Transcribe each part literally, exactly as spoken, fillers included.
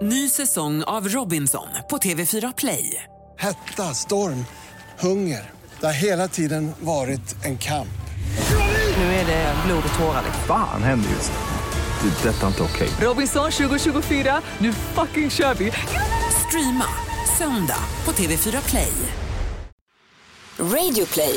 Ny säsong av Robinson på T V fyra Play. Hetta, storm, hunger. Det har hela tiden varit en kamp. Nu är det blod och tårar. Fan händer just det. Det är detta inte okej. Robinson tjugo tjugofyra, nu fucking kör vi. Streama söndag på T V fyra Play. Radio Play.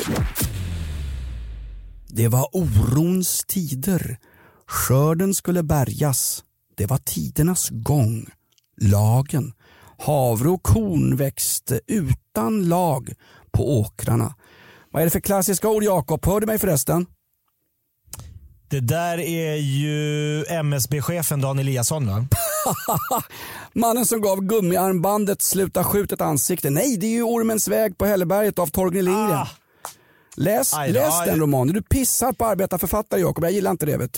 Det var orons tider. Skörden skulle bärgas. Det var tidernas gång. Lagen. Havre och korn växte utan lag på åkrarna. Vad är det för klassiska ord, Jakob? Hör du mig förresten? Det där är ju M S B-chefen Dan Eliasson, va? Mannen som gav gummiarmbandet sluta skjut ett ansikte. Nej, det är ju Ormens väg på Hälleberget av Torgny Lindgren. Ah. Läs, aj, läs aj. den romanen. Du pissar på arbetarförfattare, Jakob. Jag gillar inte det, vet du.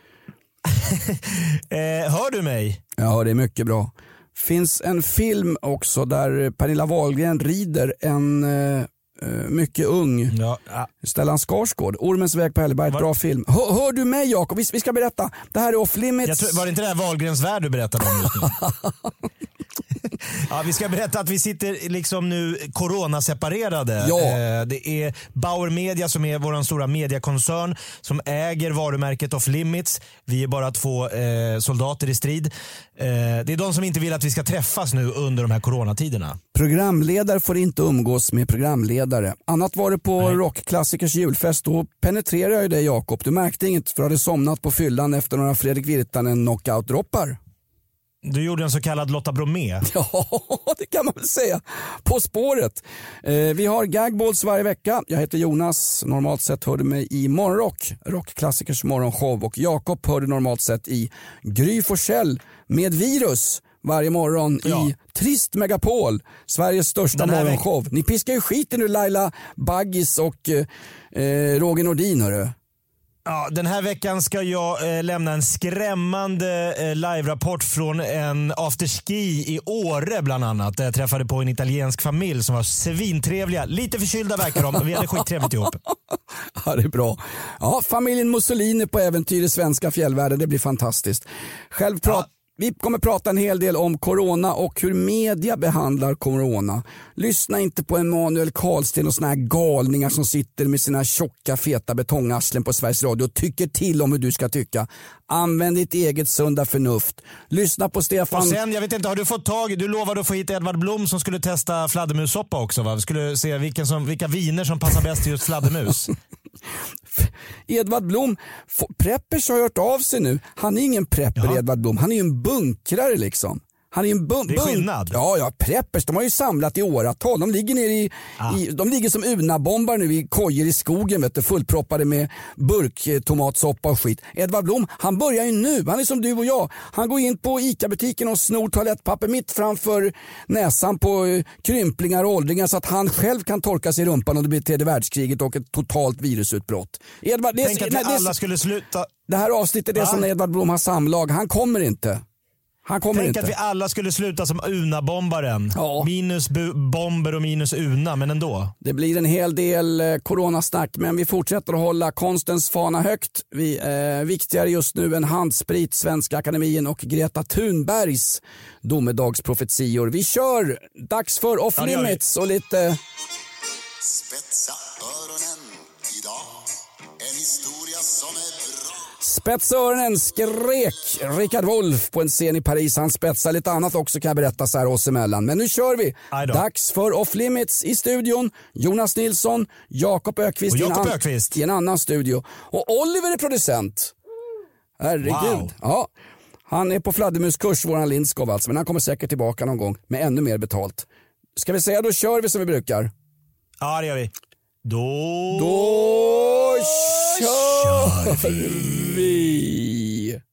eh, hör du mig? Ja, det är mycket bra. Finns en film också där Pernilla Wahlgren rider en eh, mycket ung ja, ja. Stellan Skarsgård. Ormens väg på Hälleberg, bra film. Hör, hör du mig, Jakob? Vi, vi ska berätta. Det här är Off Limits. Jag tror, var det inte det här Wahlgrens värld du berättade om just nu? Ja, vi ska berätta att vi sitter liksom nu coronaseparerade. Ja. Eh, det är Bauer Media som är vår stora mediekoncern som äger varumärket Off Limits. Vi är bara två eh, soldater i strid. Eh, det är de som inte vill att vi ska träffas nu under de här coronatiderna. Programledare får inte umgås med programledare. Annat var det på Nej. Rockklassikers julfest. Då penetrerar jag ju dig, Jakob. Du märkte inget för att du hade somnat på fyllan efter några Fredrik Virtanen knockout-droppar. Du gjorde en så kallad Lotta Bromé. Ja, det kan man väl säga. På spåret. Eh, vi har gagballs varje vecka. Jag heter Jonas. Normalt sett hör du mig i Morgonrock, Rockklassikers morgonshow. Och Jakob hör du normalt sett i Gry Forssell med virus varje morgon ja. i Trist Megapol, Sveriges största morgonshow. Veck- Ni piskar ju skiten nu, Laila Baggis och eh, Roger Nordin, hörru. Ja, den här veckan ska jag eh, lämna en skrämmande eh, live-rapport från en afterski i Åre bland annat. Där jag träffade på en italiensk familj som var svintrevliga. Lite förkylda verkar de, men vi hade skittrevligt ihop. Ja, det är bra. Ja, familjen Mussolini på äventyr i svenska fjällvärlden, det blir fantastiskt. Själv prat- ja. Vi kommer prata en hel del om corona och hur media behandlar corona. Lyssna inte på Emanuel Karlsten och såna här galningar som sitter med sina tjocka feta betongarslen på Sveriges Radio och tycker till om hur du ska tycka. Använd ditt eget sunda förnuft. Lyssna på Stefan. Och sen, jag vet inte, har du fått tag, du lovade att få hit Edvard Blom som skulle testa fladdermussoppa också, va? Vi skulle se vilken som, vilka viner som passar bäst till just fladdermus. Edvard Blom, Preppers har hört av sig nu. Han är ingen prepper, ja. Edvard Blom. Han är ju en bunkrare liksom. Han är en bun- det är skillnad. Bunk- ja, ja, Preppers, de har ju samlat i åratal. De ligger nere i, ah. i de ligger som Una-bombar nu i kojor i skogen, vet du, fullproppade med burktomatsoppa och skit. Edvard Blom, han börjar ju nu. Han är som du och jag. Han går in på ICA-butiken och snor toalettpapper mitt framför näsan på uh, krymplingar och åldringar så att han själv kan torka sig i rumpan om det blir tredje världskriget och ett totalt virusutbrott. Edvard, det, Tänk att nej, vi det, alla skulle sluta. Det här avsnittet är ah. som när Edvard Blom har samlag. Han kommer inte. Han kommer Tänk inte. att vi alla skulle sluta som Una-bombaren. Ja. Minus bu- bomber och minus Una, men ändå. Det blir en hel del eh, coronasnack, men vi fortsätter att hålla konstens fana högt. Vi är eh, viktigare just nu än handsprit, Svenska Akademin och Greta Thunbergs domedagsprofetior. Vi kör! Dags för Off ja, Limits och lite... Spetsa öronen idag. En historia som är bra. Spetsa öronen, skrek Richard Wolff på en scen i Paris. Han spetsar lite annat också, kan jag berätta så här oss emellan. Men nu kör vi. Dags för Off Limits i studion. Jonas Nilsson, Jakob Ökvist, och Jakob i, en Ökvist. i en annan studio. Och Oliver är producent. Herregud. Wow. Ja, han är på fladdermuskurs, våran Lindskov alltså. Men han kommer säkert tillbaka någon gång med ännu mer betalt. Ska vi säga då kör vi som vi brukar? Ja, det gör vi. Då, då kör, kör vi. vi.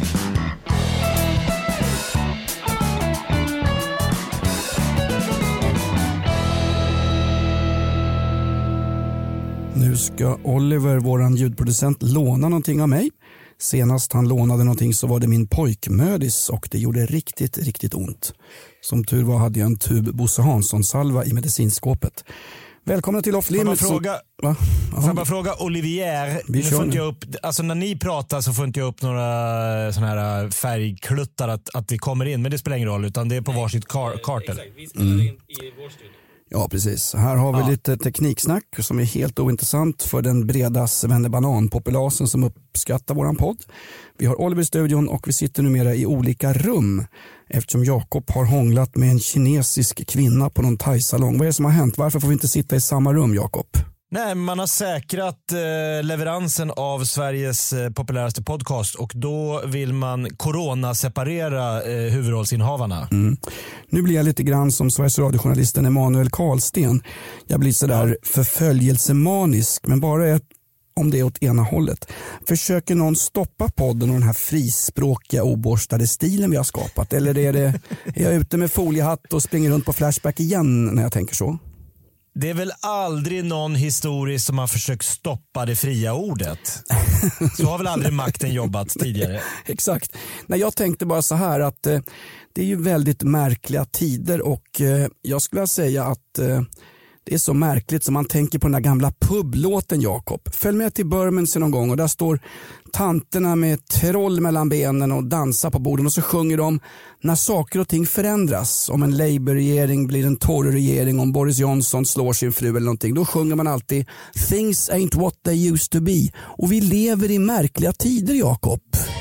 Nu ska Oliver, våran ljudproducent, låna någonting av mig. Senast han lånade någonting så var det min pojkmödis och det gjorde riktigt, riktigt ont. Som tur var hade jag en tub Bosse Hansson-salva i medicinskåpet. Välkomna till Off Limits. Får jag bara fråga, får jag bara fråga Olivier, nu får inte jag upp, alltså när ni pratar så får inte jag upp några såna här färgkluttar att, att det kommer in, men det spelar ingen roll utan det är på varsitt kar- kartel. Vi spelar in i vår studio. Ja, precis. Här har vi ja. lite tekniksnack som är helt ointressant för den breda svennebanan-populasen som uppskattar våran podd. Vi har Oliver i studion och vi sitter numera i olika rum eftersom Jakob har hånglat med en kinesisk kvinna på någon thai-salong. Vad är det som har hänt? Varför får vi inte sitta i samma rum, Jakob? Nej, man har säkrat eh, leveransen av Sveriges eh, populäraste podcast och då vill man corona-separera eh, huvudrollsinnehavarna. Mm. Nu blir jag lite grann som Sveriges radiojournalisten Emanuel Karlsten. Jag blir sådär förföljelsemanisk, men bara ett, om det är åt ena hållet. Försöker någon stoppa podden och den här frispråkiga oborstade stilen vi har skapat? Eller är, det, är jag ute med foliehatt och springer runt på Flashback igen när jag tänker så? Det är väl aldrig någon historisk som har försökt stoppa det fria ordet. Så har väl aldrig makten jobbat tidigare. Exakt. Nej, jag tänkte bara så här att eh, det är ju väldigt märkliga tider och eh, jag skulle säga att eh, det är så märkligt som man tänker på den där gamla publåten, Jakob. Följ med till Bermondsey någon gång och där står tanterna med troll mellan benen och dansar på borden och så sjunger de när saker och ting förändras. Om en Labour-regering blir en Tory-regering, om Boris Johnson slår sin fru eller någonting, då sjunger man alltid Things ain't what they used to be. Och vi lever i märkliga tider, Jakob.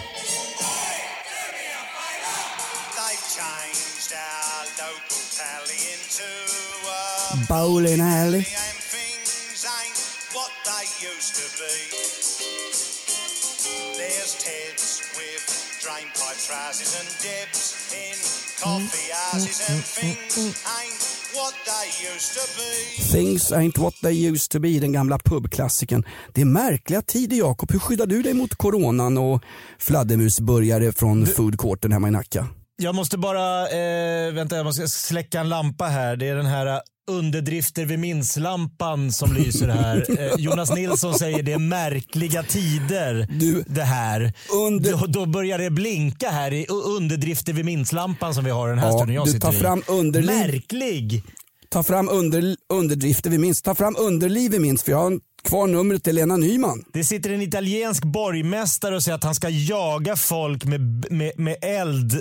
Bowling alley. There's Teds with drain pipe trousers and Debs in coffee houses and things ain't what they used to be. Things ain't what they used to be, den gamla pubklassiken. Det är märkliga tider, Jakob. Hur skyddar du dig mot coronan och fladdermusburgare från foodcourten hemma i Nacka? Jag måste bara, eh, vänta jag måste släcka en lampa här. Det är den här underdrifter vid minnslampan som lyser här. Eh, Jonas Nilsson säger det är märkliga tider du, det här. Under... Då, då börjar det blinka här i underdrifter vid minnslampan som vi har den här ja, stunden jag du sitter tar fram underliv. Märklig. Ta fram under, underdrifter vid minst. Ta fram underliv vid minst för jag har kvar numret till Lena Nyman. Det sitter en italiensk borgmästare och säger att han ska jaga folk med, med, med eld,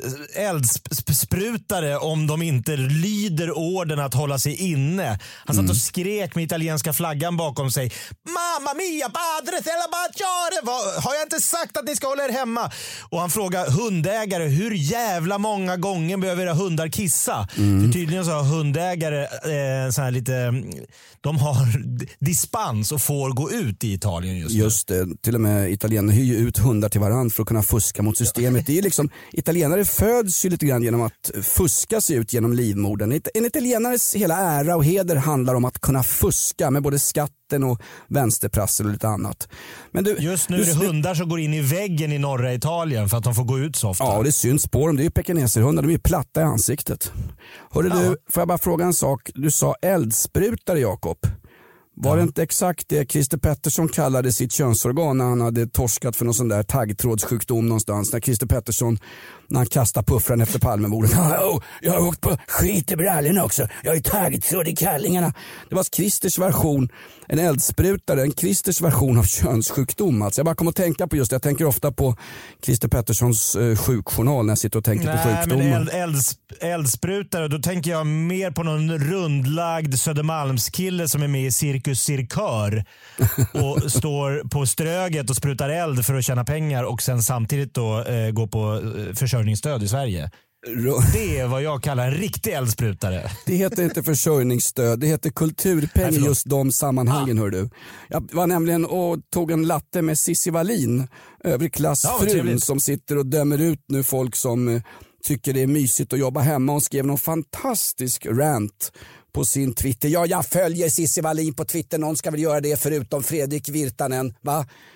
eldsprutare om de inte lyder orden att hålla sig inne. Han satt och skrek med italienska flaggan bakom sig. Mamma mia, padre, la baciare. Har jag inte sagt att ni ska hålla er hemma? Och han frågar hundägare, hur jävla många gånger behöver era hundar kissa? Mm. För tydligen så har hundägare eh, så här lite, de har dispens och får gå ut i Italien just nu. Just det, till och med italienare hyr ut hundar till varandra för att kunna fuska mot systemet. Det är liksom, italienare föds ju lite grann genom att fuska sig ut genom livmodern. En italienares hela ära och heder handlar om att kunna fuska med både skatten och vänsterprassel och lite annat. Men du, just nu är det hundar som går in i väggen i norra Italien för att de får gå ut så ofta. Ja, och det syns på dem. Det är ju pekineserhundar, de är ju platta i ansiktet. Hörru ja. Du, får jag bara fråga en sak? Du sa eldsprutare, Jakob. Var det ja. inte exakt det Christer Pettersson kallade sitt könsorgan när han hade torskat för någon sån där taggtrådssjukdom någonstans? När Christer Pettersson, när han kastade puffran efter Palmemordet. Jag har åkt på skit i brallorna också. Jag har ju taggtråd i kallingarna. Det var Christers version, en eldsprutare, en Christers version av könssjukdom. Alltså jag bara kommer att tänka på just det. Jag tänker ofta på Christer Petterssons eh, sjukjournal när jag sitter och tänker Nej, på sjukdomar. Men eld, elds, eldsprutare, då tänker jag mer på någon rundlagd Södermalmskille som är med i Cirkus Cirkör och står på Ströget och sprutar eld för att tjäna pengar och sen samtidigt då eh, gå på eh, försörjningsstöd i Sverige. Det är vad jag kallar en riktig eldsprutare. Det heter inte försörjningsstöd, det heter kulturpeng i just de sammanhangen. Ah. Hör du. Jag var nämligen och tog en latte med Cissi Wallin, överklassfrun ja, som sitter och dömer ut nu folk som tycker det är mysigt att jobba hemma och skrev någon fantastisk rant på sin Twitter. Ja, jag följer Cissi Wallin på Twitter, någon ska väl göra det förutom Fredrik Virtanen, va?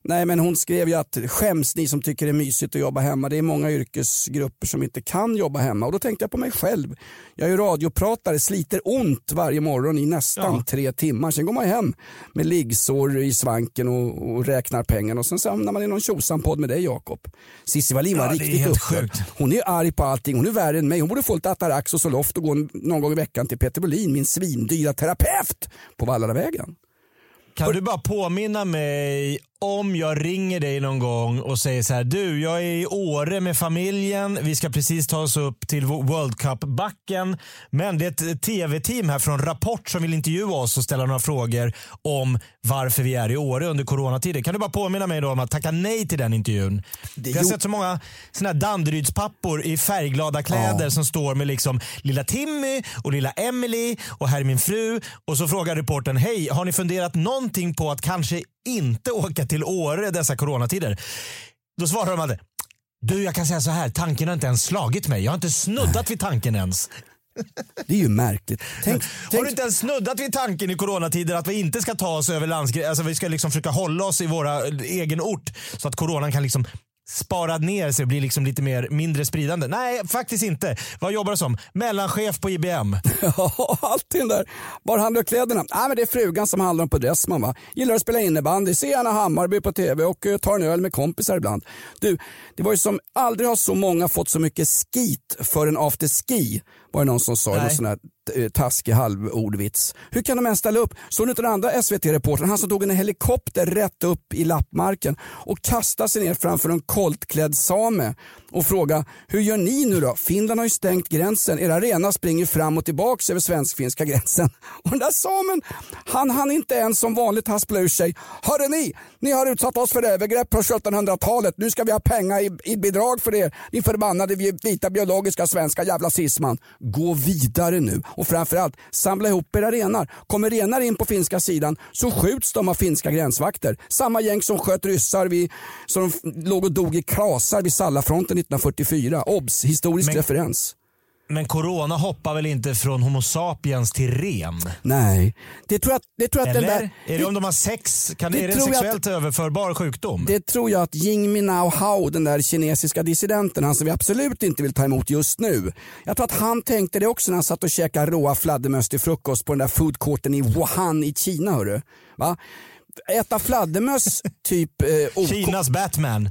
Nej, men hon skrev ju att skäms ni som tycker det är mysigt att jobba hemma. Det är många yrkesgrupper som inte kan jobba hemma. Och då tänkte jag på mig själv. Jag är ju radiopratare, sliter ont varje morgon i nästan ja. tre timmar. Sen går man hem med liggsår i svanken och, och räknar pengar. Och sen samlar man i någon tjosan-podd med dig, Jakob. Cissi Wallin var ja, riktigt uppe. Hon är arg på allting. Hon är värre än mig. Hon borde få lite Atarax och Zoloft och gå någon gång i veckan till Peter Bolin, min svindyra terapeut på Vallaravägen. Kan du bara påminna mig om jag ringer dig någon gång och säger så här: du, jag är i Åre med familjen, vi ska precis ta oss upp till World Cup-backen, men det är ett tv-team här från Rapport som vill intervjua oss och ställa några frågor om varför vi är i Åre under coronatider. Kan du bara påminna mig då om att tacka nej till den intervjun? Jag har sett så många såna här Danderydspappor i färgglada kläder ja. som står med liksom lilla Timmy och lilla Emily och här är min fru, och så frågar reportern: hej, har ni funderat någonting på att kanske inte åka till Åre dessa coronatider? Då svarar de att du, jag kan säga så här, tanken har inte ens slagit mig. Jag har inte snuddat vid tanken ens. Det är ju märkligt. Tänk, har tänk... du inte ens snuddat vid tanken i coronatider att vi inte ska ta oss över landsgränsen? Alltså vi ska liksom försöka hålla oss i våra egen ort så att coronan kan liksom spara ner sig och bli liksom lite mer mindre spridande. Nej, faktiskt inte. Vad jobbar du som? Mellanchef på I B M. Ja, alltid den där. Var handlar du kläderna? Nej, men det är frugan som handlar om på Dressman, va? Gillar att spela innebandy, se gärna Hammarby på tv och uh, tar en öl med kompisar ibland. Du, det var ju som aldrig har så många fått så mycket skit för en afterski. Var det någon som sa, någon sån här taskig halvordvits. Hur kan de ens ställa upp? Så nu den andra S V T-reportern, han som tog en helikopter rätt upp i lappmarken och kastade sig ner framför en koltklädd same och fråga: hur gör ni nu då? Finland har ju stängt gränsen. Era renar springer fram och tillbaka över svensk-finska gränsen. Och den där samen, han han inte ens som vanligt haspla ur sig: hörde ni, ni har utsatt oss för övergrepp på sjuttonhundratalet. Nu ska vi ha pengar i, i bidrag för er. Ni förbannade vita biologiska svenska jävla sisman. Gå vidare nu. Och framförallt, samla ihop era renar. Kommer renar in på finska sidan så skjuts de av finska gränsvakter. Samma gäng som sköt ryssar vid, som låg och dog i klasar vid Sallafronten nittonhundrafyrtiofyra. Obs, historisk men, referens. Men corona hoppar väl inte från homo sapiens till ren? Nej. Det tror jag, det tror jag att Eller? Den där, är det om de har sex? Kan det, det är det en sexuellt att, överförbar sjukdom? Det tror jag att Jing Minao Hao, den där kinesiska dissidenten, han som vi absolut inte vill ta emot just nu. Jag tror att han tänkte det också när han satt och käkade råa fladdermöss till frukost på den där foodcourten i Wuhan i Kina, hörru. Va? Äta fladdermöss typ... Eh, Kinas Batman.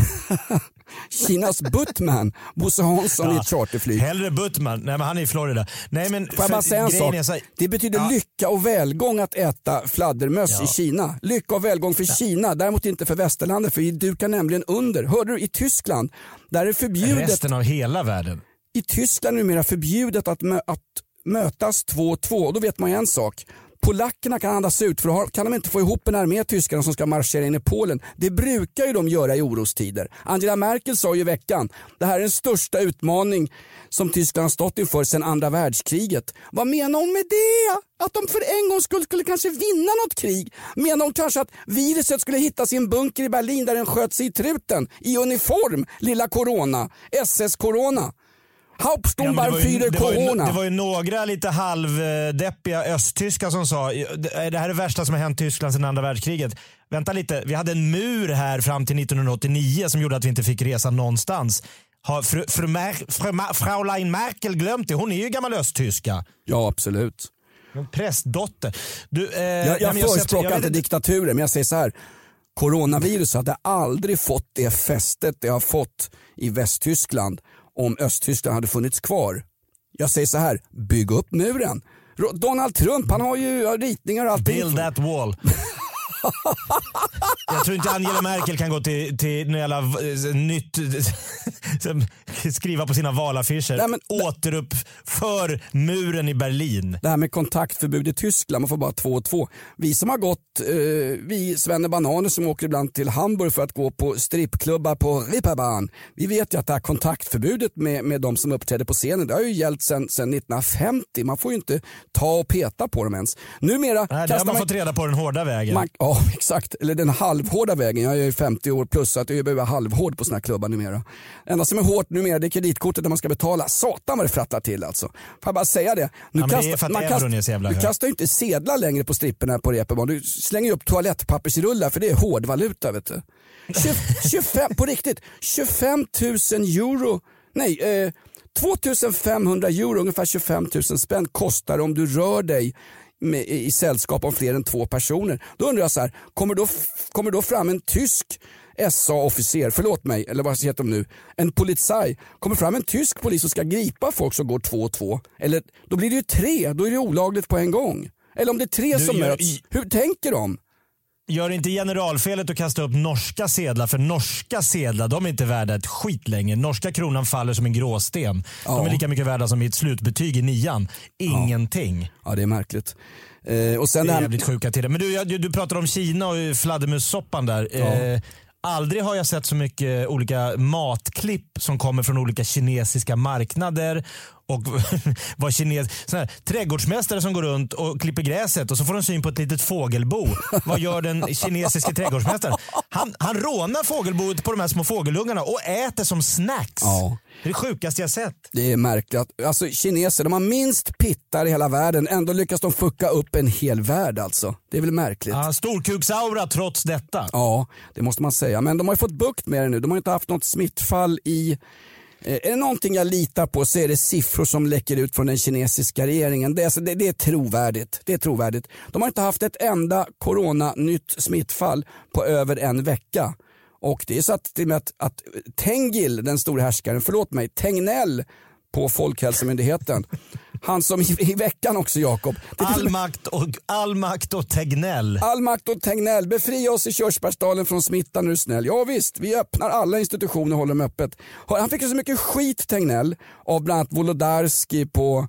Kinas Buttman, Bosse Hansson ja, i ett charterflyg. Hellre Buttman, nej men han är i Florida. Nej, men får jag bara säga en sak? Så... Det betyder ja. lycka och välgång att äta fladdermöss ja. i Kina. Lycka och välgång för ja. Kina, däremot inte för västerlandet, för vi dukar nämligen under. Hörde du, i Tyskland, där är det förbjudet... Resten av hela världen. I Tyskland är det numera förbjudet att, mö- att mötas två och två, och då vet man ju en sak. Polackerna kan andas ut, för då kan de inte få ihop en armé tyskarna som ska marschera in i Polen. Det brukar ju de göra i orostider. Angela Merkel sa ju i veckan: det här är den största utmaning som Tyskland har stått inför sedan andra världskriget. Vad menar hon med det? Att de för en gång skulle, skulle kanske vinna något krig? Menar hon kanske att viruset skulle hitta sin bunker i Berlin där den sköt sig i truten i uniform, lilla corona, S S-corona? Ja, det, var ju, det, var ju, det var ju några lite halvdeppiga östtyskar som sa: det här är det värsta som har hänt Tyskland sedan andra världskriget. Vänta lite, vi hade en mur här fram till nittonhundraåttionio som gjorde att vi inte fick resa någonstans. Har fru, fru, Mer, fru, Fraulein Merkel glömt det? Hon är ju gammal östtyska. Ja, absolut. En prästdotter. Du, eh, jag jag förespråkar jag inte diktaturer, men jag säger så här: coronavirus hade aldrig fått det fästet det har fått i Västtyskland om Östtyskland hade funnits kvar. Jag säger så här: bygg upp muren. Donald Trump, han har ju ritningar och allting. Build that wall. Jag tror inte Angela Merkel kan gå till, till några nytt skriva på sina valaffischer. Nej, men, återupp för muren i Berlin. Det här med kontaktförbud i Tyskland, man får bara två och två. Vi som har gått, eh, vi Svenne Bananer som åker ibland till Hamburg för att gå på strippklubbar på Reeperbahn. Vi vet ju att det här kontaktförbudet med, med de som uppträder på scenen, det har ju gällt sedan nittonhundrafemtio. Man får ju inte ta och peta på dem ens. Numera Nej, det har man, man fått reda på den hårda vägen. Man, ja, exakt. Eller den halv halvhårda vägen. Jag är ju femtio år plus så att jag behöver halvhård på såna här klubbar numera. Enda som är hårt numera det är kreditkortet där man ska betala. Satan vad det frattlar till alltså. Får jag bara säga det. Nu ja, kastar, det man kastar, du kastar ju inte sedlar längre på stripperna på Reeperbahn. Du slänger upp toalettpappersrullar för det är hårdvaluta vet du. tjugo, tjugofem, på riktigt, tjugofem tusen euro, nej, eh, tvåtusen femhundra euro, ungefär tjugofem tusen spänn kostar om du rör dig med, i sällskap om fler än två personer. Då undrar jag så här, kommer då, kommer då fram en tysk S A-officer, förlåt mig, eller vad heter de nu, en polizei, kommer fram en tysk polis och ska gripa folk som går två och två, eller då blir det ju tre, då är det olagligt på en gång. Eller om det är tre du, som möts, i... hur tänker de? Gör inte generalfelet att kasta upp norska sedlar, för norska sedlar de är inte värda ett skit längre. Norska kronan faller som en gråsten. Ja. De är lika mycket värda som i ett slutbetyg i nian. Ingenting. Ja, ja det är märkligt. Eh, och sen det är jävligt sjuka till det. Men du, du, du pratar om Kina och fladdermussoppan där. Ja. Eh, aldrig har jag sett så mycket olika matklipp som kommer från olika kinesiska marknader. Och var kines, sån här, trädgårdsmästare som går runt och klipper gräset och så får de syn på ett litet fågelbo. Vad gör den kinesiska trädgårdsmästaren? Han, han rånar fågelboet på de här små fågelungarna och äter som snacks. Ja. Det är det sjukaste jag sett. Det är märkligt. Alltså kineser, de har minst pittar i hela världen. Ändå lyckas de fucka upp en hel värld alltså. Det är väl märkligt. Ja, storkuksaura trots detta. Ja, det måste man säga. Men de har ju fått bukt med det nu. De har inte haft något smittfall i... Är det någonting jag litar på så är det siffror som läcker ut från den kinesiska regeringen. Det är, alltså, det, det är trovärdigt. Det är trovärdigt. De har inte haft ett enda corona-nytt smittfall på över en vecka. Och det är så att, att, att Tengil, den stora härskaren, förlåt mig, Tegnell på Folkhälsomyndigheten, han som i, i veckan också, Jakob. All makt och, all makt och Tegnell. All makt och Tegnell. Befria oss i Körsbärsdalen från smittan, nu snäll. Ja visst, vi öppnar alla institutioner och håller dem öppet. Han fick så mycket skit, Tegnell, av bland annat Wolodarski på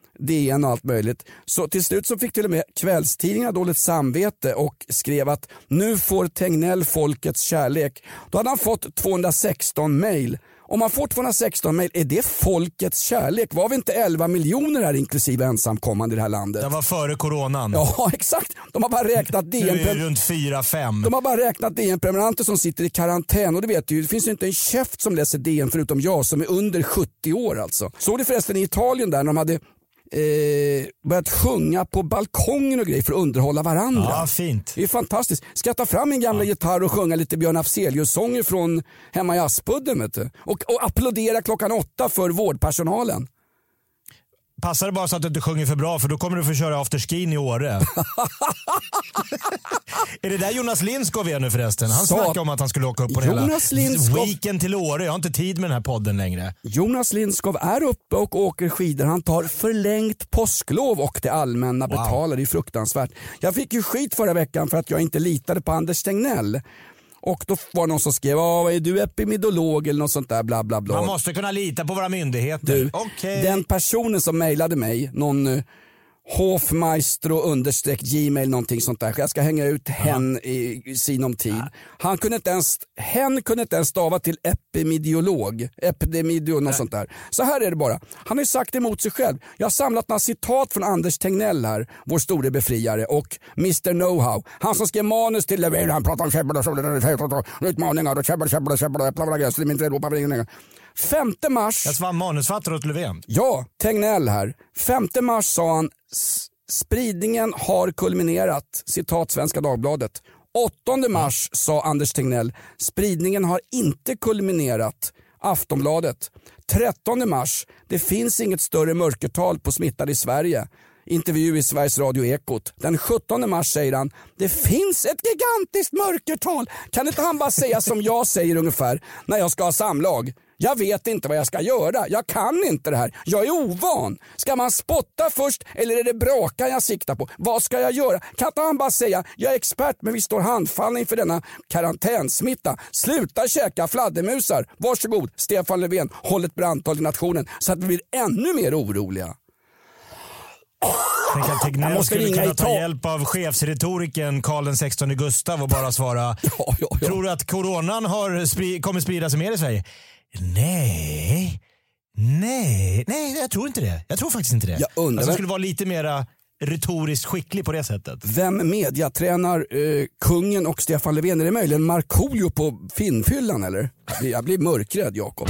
D N och allt möjligt. Så till slut så fick till och med kvällstidningarna dåligt samvete och skrev att nu får Tegnell folkets kärlek. Då hade han fått tvåhundrasexton mejl. Om man får tvåhundrasexton mejl, är det folkets kärlek? Var vi inte elva miljoner här inklusive ensamkommande i det här landet? Det var före coronan. Ja, exakt. De har bara räknat D N... Nu är det runt fyra fem. De har bara räknat D N-prenumeranter som sitter i karantän. Och det vet du, det finns ju inte en käft som läser D N förutom jag som är under sjuttio år alltså. Såg det förresten i Italien där när de hade... Eh, börjat sjunga på balkongen och grejer för att underhålla varandra. Ja, fint. Det är fantastiskt. Ska jag ta fram min gamla ja. gitarr och sjunga lite Björn Afzelius-sånger från hemma i Aspudden, vet du? Och, och applådera klockan åtta för vårdpersonalen. Passar det bara så att du inte sjunger för bra, för då kommer du få köra afterskin i Åre. Är det där Jonas Lindskov är nu förresten? Han så... snackade om att han skulle åka upp på Jonas hela Lindskov... weekend till Åre. Jag har inte tid med den här podden längre. Jonas Lindskov är uppe och åker skidor. Han tar förlängt påsklov och det allmänna wow. betalar. Det är fruktansvärt. Jag fick ju skit förra veckan för att jag inte litade på Anders Tegnell. Och då var någon som skrev, är du epidemiolog eller något sånt där, bla bla bla. Man måste kunna lita på våra myndigheter. Du, okay. Den personen som mejlade mig, någon uh, Hofmaestro understreck gmail någonting sånt där. Jag ska hänga ut hen i, i sinom tid. Ja. Han kunde inte ens, hen kunde inte ens stava till epidemiolog, epidemiolog något sånt där. Så här är det bara. Han har ju sagt emot sig själv. Jag har samlat några citat från Anders Tegnell här, vår store befriare, och mister Know-how. Han som skrev manus till Löfven, han pratar om käbbel och utmaningar och käbbel, käbbel, käbbel och äppla, gräs, det är inte Europa, ingenting. femte mars... Jag var manusfattare åt Löfven. Ja, Tegnell här. femte mars sa han, spridningen har kulminerat. Citat Svenska Dagbladet. åttonde mars sa Anders Tegnell, spridningen har inte kulminerat. Aftonbladet. trettonde mars, det finns inget större mörkertal på smittade i Sverige. Intervju i Sveriges Radio Ekot. Den sjuttonde mars säger han, det finns ett gigantiskt mörkertal. Kan inte han bara säga som jag säger ungefär när jag ska ha samlag? Jag vet inte vad jag ska göra. Jag kan inte det här. Jag är ovan. Ska man spotta först eller är det braka jag siktar på? Vad ska jag göra? Kan inte han bara säga, jag är expert men vi står handfallna inför denna karantänsmitta. Sluta käka fladdermusar. Varsågod, Stefan Löfven, håll ett brandtal i nationen så att vi blir ännu mer oroliga. Tänk att Tegnell skulle kunna ta hjälp av chefsretoriken Karl den sextonde Gustav och bara svara ja, ja, ja. Tror du att coronan har spri- kommer sprida sig mer i Sverige? Nej, nej, nej, jag tror inte det. Jag tror faktiskt inte det. Jag undrar, alltså, det skulle vara lite mera retoriskt skicklig på det sättet. Vem mediatränar eh, kungen och Stefan Löfven? Är det möjligen Markoolio på Finnfyllan eller? Jag blir, jag blir mörkrädd, Jakob.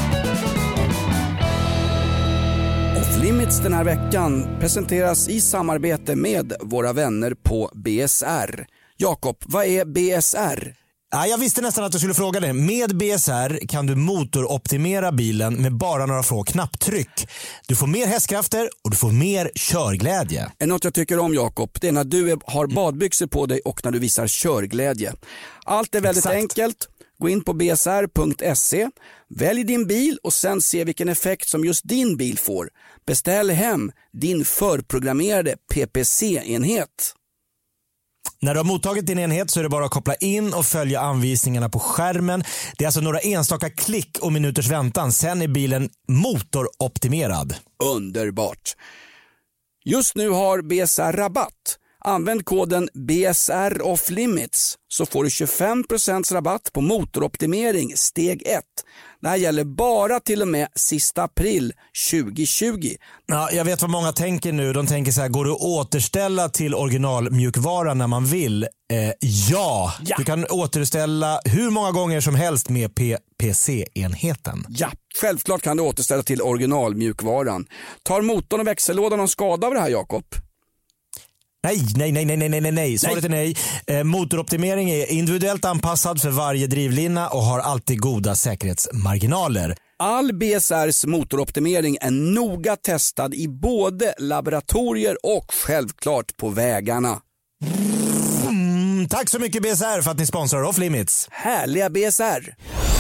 Off Limits den här veckan presenteras i samarbete med våra vänner på B S R. Jakob, vad är B S R? Ja, jag visste nästan att du skulle fråga det. Med B S R kan du motoroptimera bilen med bara några få knapptryck. Du får mer hästkrafter och du får mer körglädje. Är något jag tycker om, Jakob, det är när du är, har badbyxor på dig och när du visar körglädje. Allt är väldigt Exakt. enkelt. Gå in på b s r punkt se, välj din bil och sen se vilken effekt som just din bil får. Beställ hem din förprogrammerade P P C-enhet. När du har mottagit din enhet så är det bara att koppla in och följa anvisningarna på skärmen. Det är alltså några enstaka klick och minuters väntan. Sen är bilen motoroptimerad. Underbart. Just nu har B S R rabatt. Använd koden B S R Off Limits så får du tjugofem procent rabatt på motoroptimering steg ett. Det här gäller bara till och med sista april tjugohundratjugo. Ja, jag vet vad många tänker nu. De tänker så här, går det att återställa till originalmjukvara när man vill? Eh, ja. ja, du kan återställa hur många gånger som helst med P P C-enheten. Ja, självklart kan du återställa till originalmjukvaran. Tar motorn och växellådan någon skada av det här, Jakob? Nej, nej, nej, nej, nej, nej, nej. Svaret är nej. Eh, motoroptimering är individuellt anpassad för varje drivlina och har alltid goda säkerhetsmarginaler. All B S R:s motoroptimering är noga testad i både laboratorier och självklart på vägarna. Mm, tack så mycket B S R för att ni sponsrar Off Limits. Härliga B S R.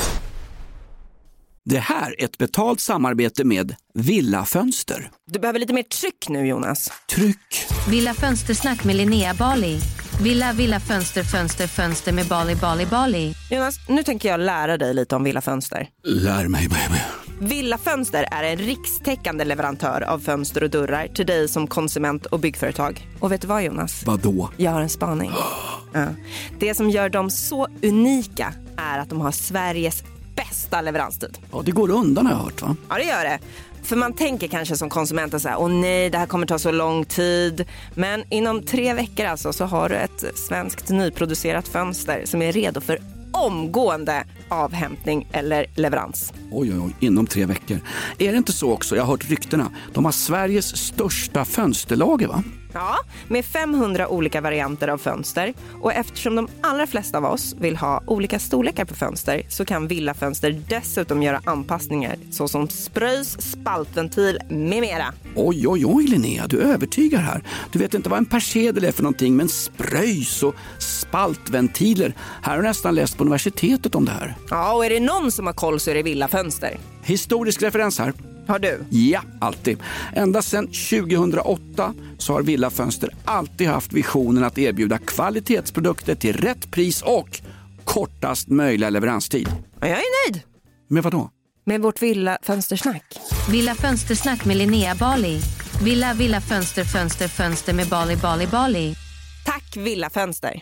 Det här är ett betalt samarbete med Villa Fönster. Du behöver lite mer tryck nu, Jonas. Tryck. Villa Fönstersnack med Linnea Bali. Villa, Villa Fönster, Fönster, Fönster med Bali, Bali, Bali. Jonas, nu tänker jag lära dig lite om Villa Fönster. Lär mig, baby. Villa Fönster är en rikstäckande leverantör av fönster och dörrar till dig som konsument och byggföretag. Och vet du vad, Jonas? Vadå? Jag har en spaning. Ja. Det som gör dem så unika är att de har Sveriges bästa leveranstid. Ja, det går undan har jag hört, va? Ja, det gör det. För man tänker kanske som konsument så här, åh nej, det här kommer ta så lång tid. Men inom tre veckor alltså så har du ett svenskt nyproducerat fönster som är redo för omgående avhämtning eller leverans. Oj, oj, oj, inom tre veckor. Är det inte så också? Jag har hört ryktena. De har Sveriges största fönsterlager, va? Ja, med femhundra olika varianter av fönster. Och eftersom de allra flesta av oss vill ha olika storlekar på fönster så kan Villa Fönster dessutom göra anpassningar såsom spröjs, spaltventil med mera. Oj, oj, oj, Linnea, du övertygar här. Du vet inte vad en persedel är för någonting, men spröjs och spaltventiler. Här har jag nästan läst på universitetet om det här. Ja, och är det någon som har koll så är det Villa Fönster. Historisk referens här. Har du? Ja, alltid. Ända sedan tjugohundraåtta så har Villa Fönster alltid haft visionen att erbjuda kvalitetsprodukter till rätt pris och kortast möjliga leveranstid. Ja, jag är nöjd. Med vad då? Med vårt Villa Fönstersnack. Villa Fönstersnack med Linnea Bali. Villa, Villa Fönster, Fönster, Fönster med Bali, Bali, Bali. Tack Villa Fönster.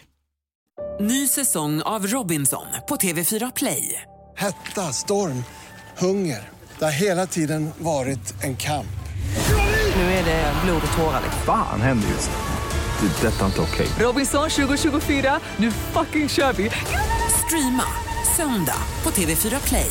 Ny säsong av Robinson på T V fyra Play. Hetta, storm, hunger. Det har hela tiden varit en kamp. Nu är det blod och tårar. Fan händer just det. Det är detta inte okej. Robinson tjugo tjugofyra, nu fucking kör vi. Streama söndag på T V fyra Play.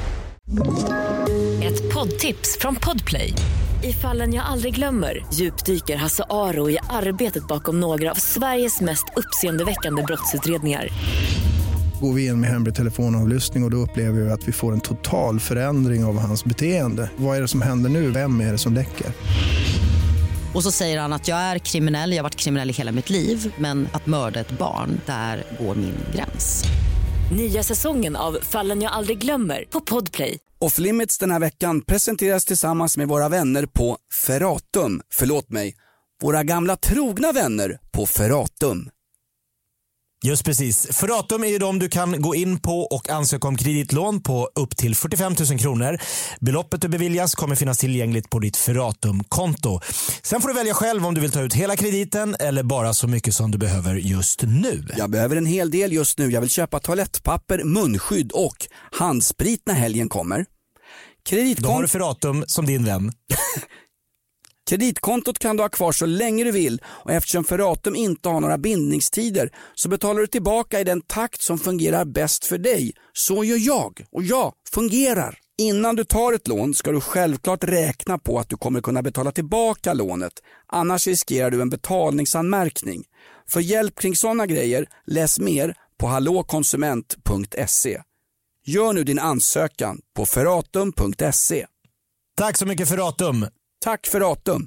Ett poddtips från Podplay. I Fallen jag aldrig glömmer djupdyker Hasse Aro i arbetet bakom några av Sveriges mest uppseendeväckande brottsutredningar. Går vi in med hemlig telefonavlyssning och, och då upplever vi att vi får en total förändring av hans beteende. Vad är det som händer nu? Vem är det som läcker? Och så säger han att jag är kriminell, jag har varit kriminell i hela mitt liv. Men att mörda ett barn, där går min gräns. Nya säsongen av Fallen jag aldrig glömmer på Podplay. Off Limits den här veckan presenteras tillsammans med våra vänner på Ferratum. Förlåt mig, våra gamla trogna vänner på Ferratum. Just precis. Ferratum är ju de du kan gå in på och ansöka om kreditlån på upp till fyrtiofem tusen kronor. Beloppet du beviljas kommer finnas tillgängligt på ditt Ferratum-konto. Sen får du välja själv om du vill ta ut hela krediten eller bara så mycket som du behöver just nu. Jag behöver en hel del just nu. Jag vill köpa toalettpapper, munskydd och handsprit när helgen kommer. Kreditkonto... Då har du Ferratum som din vän. Kreditkontot kan du ha kvar så länge du vill och eftersom Ferratum inte har några bindningstider så betalar du tillbaka i den takt som fungerar bäst för dig. Så gör jag och jag fungerar. Innan du tar ett lån ska du självklart räkna på att du kommer kunna betala tillbaka lånet. Annars riskerar du en betalningsanmärkning. För hjälp kring sådana grejer, läs mer på hallåkonsument punkt se. Gör nu din ansökan på ferratum punkt se. Tack så mycket Ferratum. Tack Ferratum.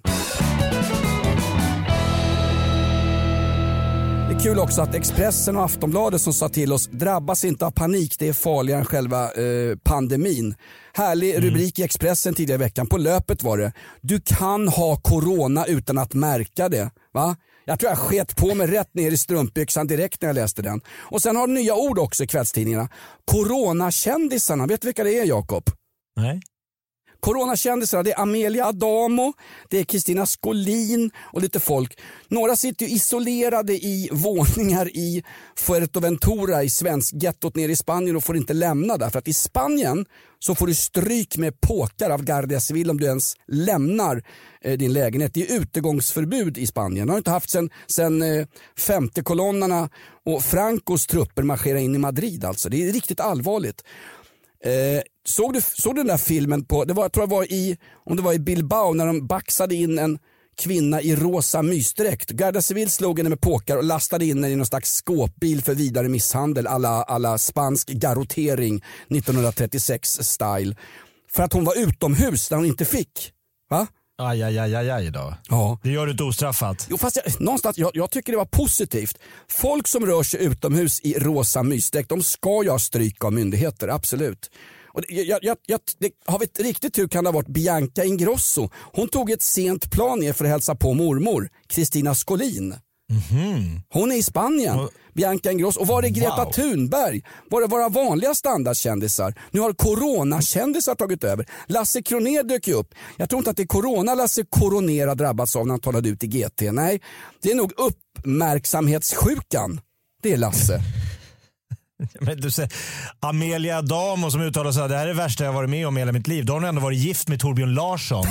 Det är kul också att Expressen och Aftonbladet som sa till oss drabbas inte av panik, det är farligare än själva eh, pandemin. Härlig mm. rubrik i Expressen tidigare i veckan, på löpet var det. Du kan ha corona utan att märka det, va? Jag tror jag sket på mig rätt ner i strumpbyxan direkt när jag läste den. Och sen har du nya ord också i kvällstidningarna. Coronakändisarna, vet du vilka det är, Jakob? Nej. Coronakändisarna, det är Amelia Adamo, det är Kristina Skolin och lite folk. Några sitter ju isolerade i våningar i Fuerteventura i svensk gettot nere i Spanien och får inte lämna där. För att i Spanien så får du stryk med påkar av Guardia Civil om du ens lämnar eh, din lägenhet. Det är utegångsförbud i Spanien. Det har inte haft sen, sen eh, femte kolonnarna och Francos trupper marscherar in i Madrid alltså. Det är riktigt allvarligt. Eh, såg du såg du den där filmen på, det var, jag tror det var i, om det var i Bilbao när de baxade in en kvinna i rosa mysdräkt. Guardia Civil slog henne med påkar och lastade in henne i någon slags skåpbil för vidare misshandel alla, alla spansk garrotering nittonhundratrettiosex style. För att hon var utomhus där hon inte fick. Va? Aj, aj, aj, aj, aj då. Ja. Det gör du inte ostraffat. Jo, fast jag, någonstans, jag, jag tycker det var positivt. Folk som rör sig utomhus i rosa mysdräkt, de ska ju ha stryk av myndigheter, absolut. Och det, jag, jag, jag, det, har vi ett riktigt tur kan det ha varit Bianca Ingrosso. Hon tog ett sent plan ner för att hälsa på mormor, Kristina Skolin. Mm-hmm. Hon är i Spanien, och, Bianca Ingrosso. Och var det Greta wow. Thunberg? Var det våra vanliga standardkändisar? Nu har coronakändisar tagit över. Lasse Kronér dök ju upp. Jag tror inte att det är corona Lasse Kronér har drabbats av när han talade ut i G T. Nej, det är nog uppmärksamhetssjukan. Det är Lasse. Men du säger, Amelia Adamo som uttalar sig, det här är det värsta jag varit med om i hela mitt liv. Då har hon ändå varit gift med Torbjörn Larsson.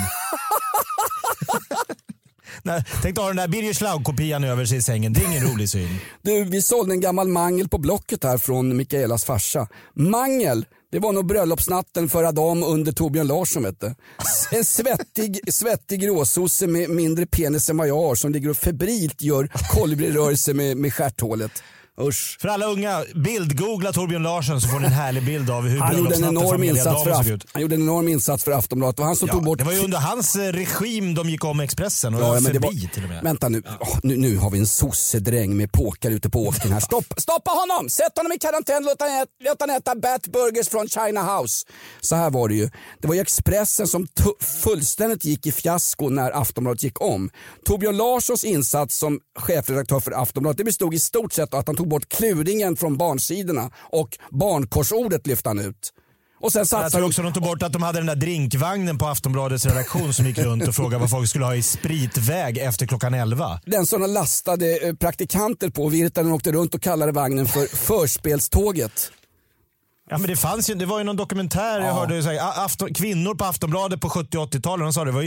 Nej, tänk ha den där Birger Schlaug-kopian över sig i sängen. Det är ingen rolig syn. Du, vi sålde en gammal mangel på Blocket här från Mikaelas farsa. Mangel, det var nog bröllopsnatten för Adam under Torbjörn Larsson, vet du. En svettig, svettig gråsosse med mindre penis än vad jag har som ligger och febrilt gör kolibrirörelse med, med stjärthålet. Usch. För alla unga, bildgoogla Torbjörn Larsson så får ni en härlig bild av hur han gjorde en enorm insats för såg ut. Han gjorde en enorm insats för Aftonbladet. Det var han som ja, tog bort. Det var ju under hans regim de gick om Expressen och ja, förbi men det var... till och med. Vänta nu. Oh, nu, nu har vi en sossedräng med påkar ute på åkern här. Stopp, stoppa honom! Sätt honom i karantän, låt han, äta, låt han äta Bat Burgers från China House. Så här var det ju. Det var ju Expressen som t- fullständigt gick i fiasko när Aftonbladet gick om. Torbjörn Larssons insats som chefredaktör för Aftonbladet, det bestod i stort sett av att han tog bort kluringen från barnsidorna och barnkorsordet lyfte han ut. Och sen satsade jag tror också de tog bort att de hade den där drinkvagnen på Aftonbladets redaktion som gick runt och frågade vad folk skulle ha i spritväg efter klockan elva. Den som lastade praktikanter på, Virtanen åkte runt och kallade vagnen för förspelståget. Ja, men det fanns ju, det var ju någon dokumentär jag ja. hörde så här, afton, kvinnor på Aftonbladet på sjuttio- och åttio-talet, de sa det var ju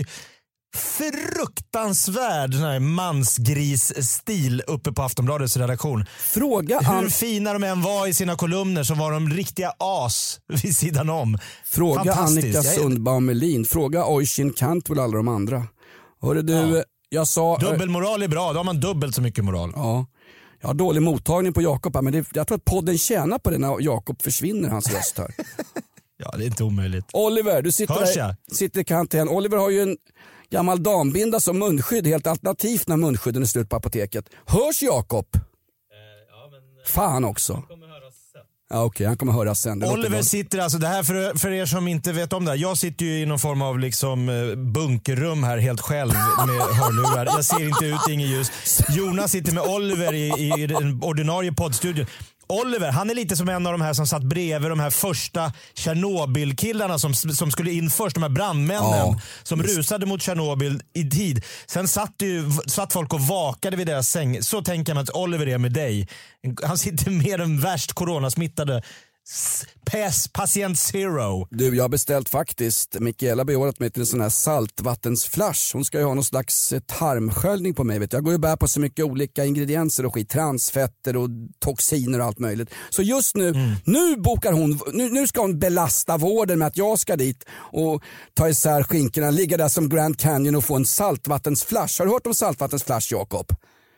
fruktansvärd sån här mansgris-stil uppe på Aftonbladets redaktion. Fråga Hur An- fina de än var i sina kolumner så var de riktiga as vid sidan om. Fråga Annika Sundbaum Melin. Fråga Oisin Cantwell och alla de andra. Hörde du, ja. jag sa... Dubbelmoral är bra, då har man dubbelt så mycket moral. Ja. Jag har dålig mottagning på Jakob här, men det, jag tror att podden tjänar på det när Jakob försvinner, hans röst här. Ja, det är inte omöjligt. Oliver, du sitter, där, sitter i karantän. Oliver har ju en gammal dambinda som munskydd, helt alternativt när munskydden är slut på apoteket. Hörs Jakob? Eh, ja, men... Fan också. Han kommer höras sen. Ja, okej, okay, han kommer höras sen. Det Oliver sitter alltså, det här för, för er som inte vet om det här. Jag sitter ju i någon form av liksom bunkerrum här helt själv med hörlurar. Jag ser inte ut, inget ljus. Jonas sitter med Oliver i, i den ordinarie poddstudion. Oliver, han är lite som en av de här som satt bredvid de här första Tjernobyl-killarna som, som skulle in först, de här brandmännen ja, som just. rusade mot Tjernobyl i tid. Sen satt, ju, satt folk och vakade vid deras säng. Så tänker man att Oliver är med dig. Han sitter med den värst coronasmittade P S, patient zero. Du, jag har beställt faktiskt. Mikaela beordrat mig till en sån här saltvattensflash. Hon ska ju ha någon slags tarmsköljning på mig. Vet du. Jag går ju bär på så mycket olika ingredienser och skit. Transfetter och toxiner och allt möjligt. Så just nu, mm. nu bokar hon, nu, nu ska hon belasta vården med att jag ska dit och ta isär skinkorna, ligga där som Grand Canyon och få en saltvattensflash. Har du hört om saltvattensflash, Jakob?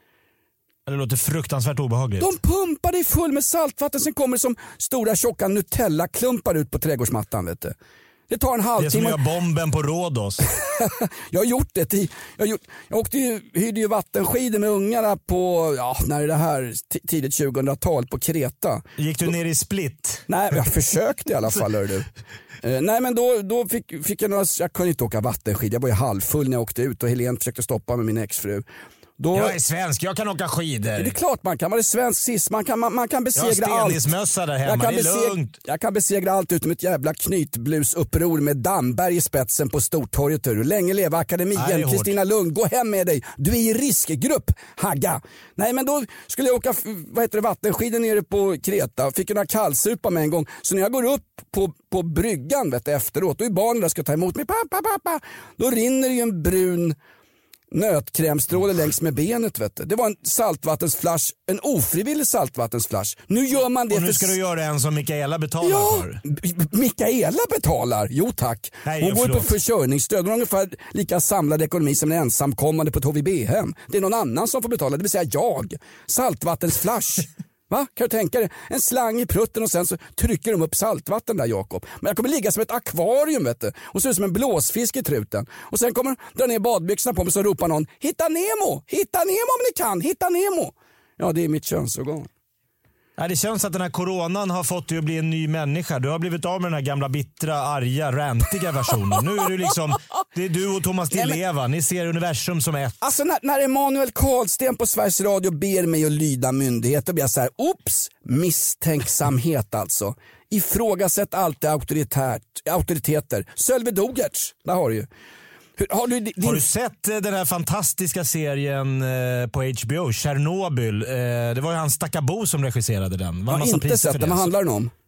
Det låter fruktansvärt obehagligt. De pumpar dig full med saltvatten, sen kommer det som stora tjocka Nutella-klumpar ut på trädgårdsmattan, vet du. Det tar en halvtimme. Det är som att göra bomben på Rhodos. Jag har gjort det. Jag, har gjort, jag åkte ju, hyrde ju vattenskidor med ungarna på, ja, när är det här, t- tidigt tjugohundratal på Kreta. Gick du då, ner i split? Nej, jag försökte i alla fall, hör du. Uh, nej men då, då fick, fick jag några, jag kunde inte åka vattenskid, jag var ju halvfull när jag åkte ut och Helene försökte stoppa med min exfru. Då, jag är svensk, jag kan åka skidor. Det är klart man kan, man är svensk sist, man kan, man, man kan besegra allt. Jag har stenismössa där hemma, jag kan det är besegra, lugnt. Jag kan besegra allt utom ett jävla knytblusuppror med Damberg i spetsen på Stortorget. Länge leva akademin, Kristina Lund, gå hem med dig. Du är i riskgrupp, Hagga. Nej men då skulle jag åka, vad heter det, vattenskidor nere på Kreta. Fick några kallsupa med en gång. Så när jag går upp på, på bryggan, vet du, efteråt, då är barnen där ska ta emot mig. Pappa, pappa. Då rinner ju en brun nötkrämstråle längs med benet, vet du. Det var en saltvattensflash, en ofrivillig saltvattensflash. Nu gör man det. Och nu för... ska du göra en som Mikaela betalar ja, för. Mikaela betalar? Jo tack. Nej, hon går förlåt. på försörjningsstöd. Hon har ungefär lika samlad ekonomi som en ensamkommande på ett H V B-hem. Det är någon annan som får betala, det vill säga jag. Saltvattensflash. Va? Kan du tänka dig? En slang i prutten och sen så trycker de upp saltvatten där, Jakob. Men jag kommer ligga som ett akvarium, vet du. Och så är det som en blåsfisk i truten. Och sen kommer dra ner badbyxorna på mig, så ropar någon: hitta Nemo! Hitta Nemo om ni kan! Hitta Nemo! Ja, det är mitt könsorgan. Ja, det känns att den här coronan har fått dig att bli en ny människa. Du har blivit av med den här gamla bittra, arga, rantiga versionen. Nu är du liksom, det är du och Thomas Di Leva. Ni ser universum som ett. Alltså när, när Emanuel Karlsten på Sveriges Radio ber mig att lyda myndigheter, blir jag så här: oops, misstänksamhet alltså. Ifrågasätt alltid auktoritärt, auktoriteter. Sölve Dogertz, där har du ju. Hur, har, du, din... har du sett eh, den här fantastiska serien eh, på H B O, Chernobyl? Eh, det var ju han Stackabo som regisserade den. Jag har inte sett den, vad handlar den om?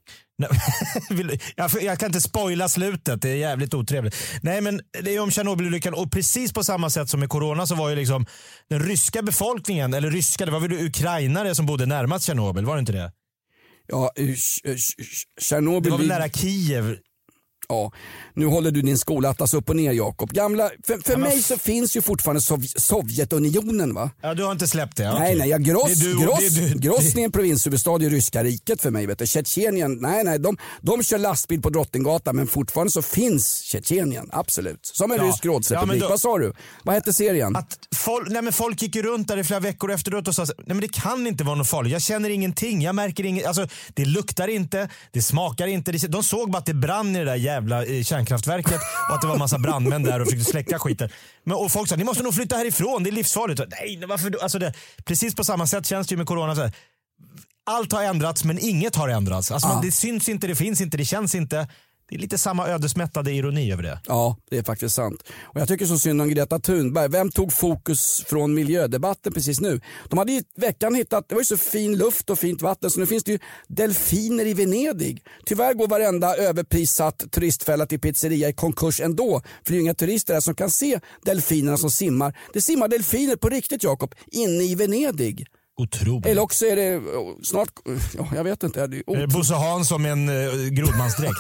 jag, jag kan inte spoila slutet, det är jävligt otrevligt. Nej, men det är om Tjernobylolyckan, och precis på samma sätt som med corona så var ju liksom den ryska befolkningen, eller ryska, det var väl ukrainare som bodde närmast Tjernobyl, var det inte det? Ja, Tjernobyl... Det var väl nära Kiev. Ja, nu håller du din skolatlas upp och ner, Jakob. Gamla, för för ja, mig f- så finns ju fortfarande Sov- Sovjetunionen, va? Ja, du har inte släppt det. Nej, okay. nej, jag Gros, du, Gros, du, Grosny är en provinshuvudstad i ryska riket för mig, vet du. Tjetjenien, nej, nej, de, de kör lastbil på Drottninggatan, men fortfarande så finns Tjetjenien, absolut. Som en ja. rysk rådsrepublik. Ja, vad sa du? Vad hette serien? Att folk, nej, men folk gick ju runt där i flera veckor efteråt och sa, nej men det kan inte vara något farligt. Jag känner ingenting, jag märker inget, alltså det luktar inte, det smakar inte. Det, de såg bara att det brann i det där jävla i kärnkraftverket och att det var en massa brandmän där och försökte släcka skiten. Men, och folk sa, ni måste nog flytta härifrån, det är livsfarligt. Nej, varför då? Alltså det, precis på samma sätt känns det ju med corona. Så här, allt har ändrats men inget har ändrats. Alltså, ah. man, det syns inte, det finns inte, det känns inte. Det är lite samma ödesmättade ironi över det. Ja, det är faktiskt sant. Och jag tycker så synd om Greta Thunberg. Vem tog fokus från miljödebatten precis nu? De hade i veckan hittat, det var ju så fin luft och fint vatten, så nu finns det ju delfiner i Venedig. Tyvärr går varenda överprissatt turistfälla till pizzeria i konkurs ändå. För det är ju inga turister där som kan se delfinerna som simmar. Det simmar delfiner på riktigt, Jakob, inne i Venedig. Otroligt. Eller också är det snart, ja, jag vet inte. Är det är Bosse Hansson med en uh, grodmansdräkt.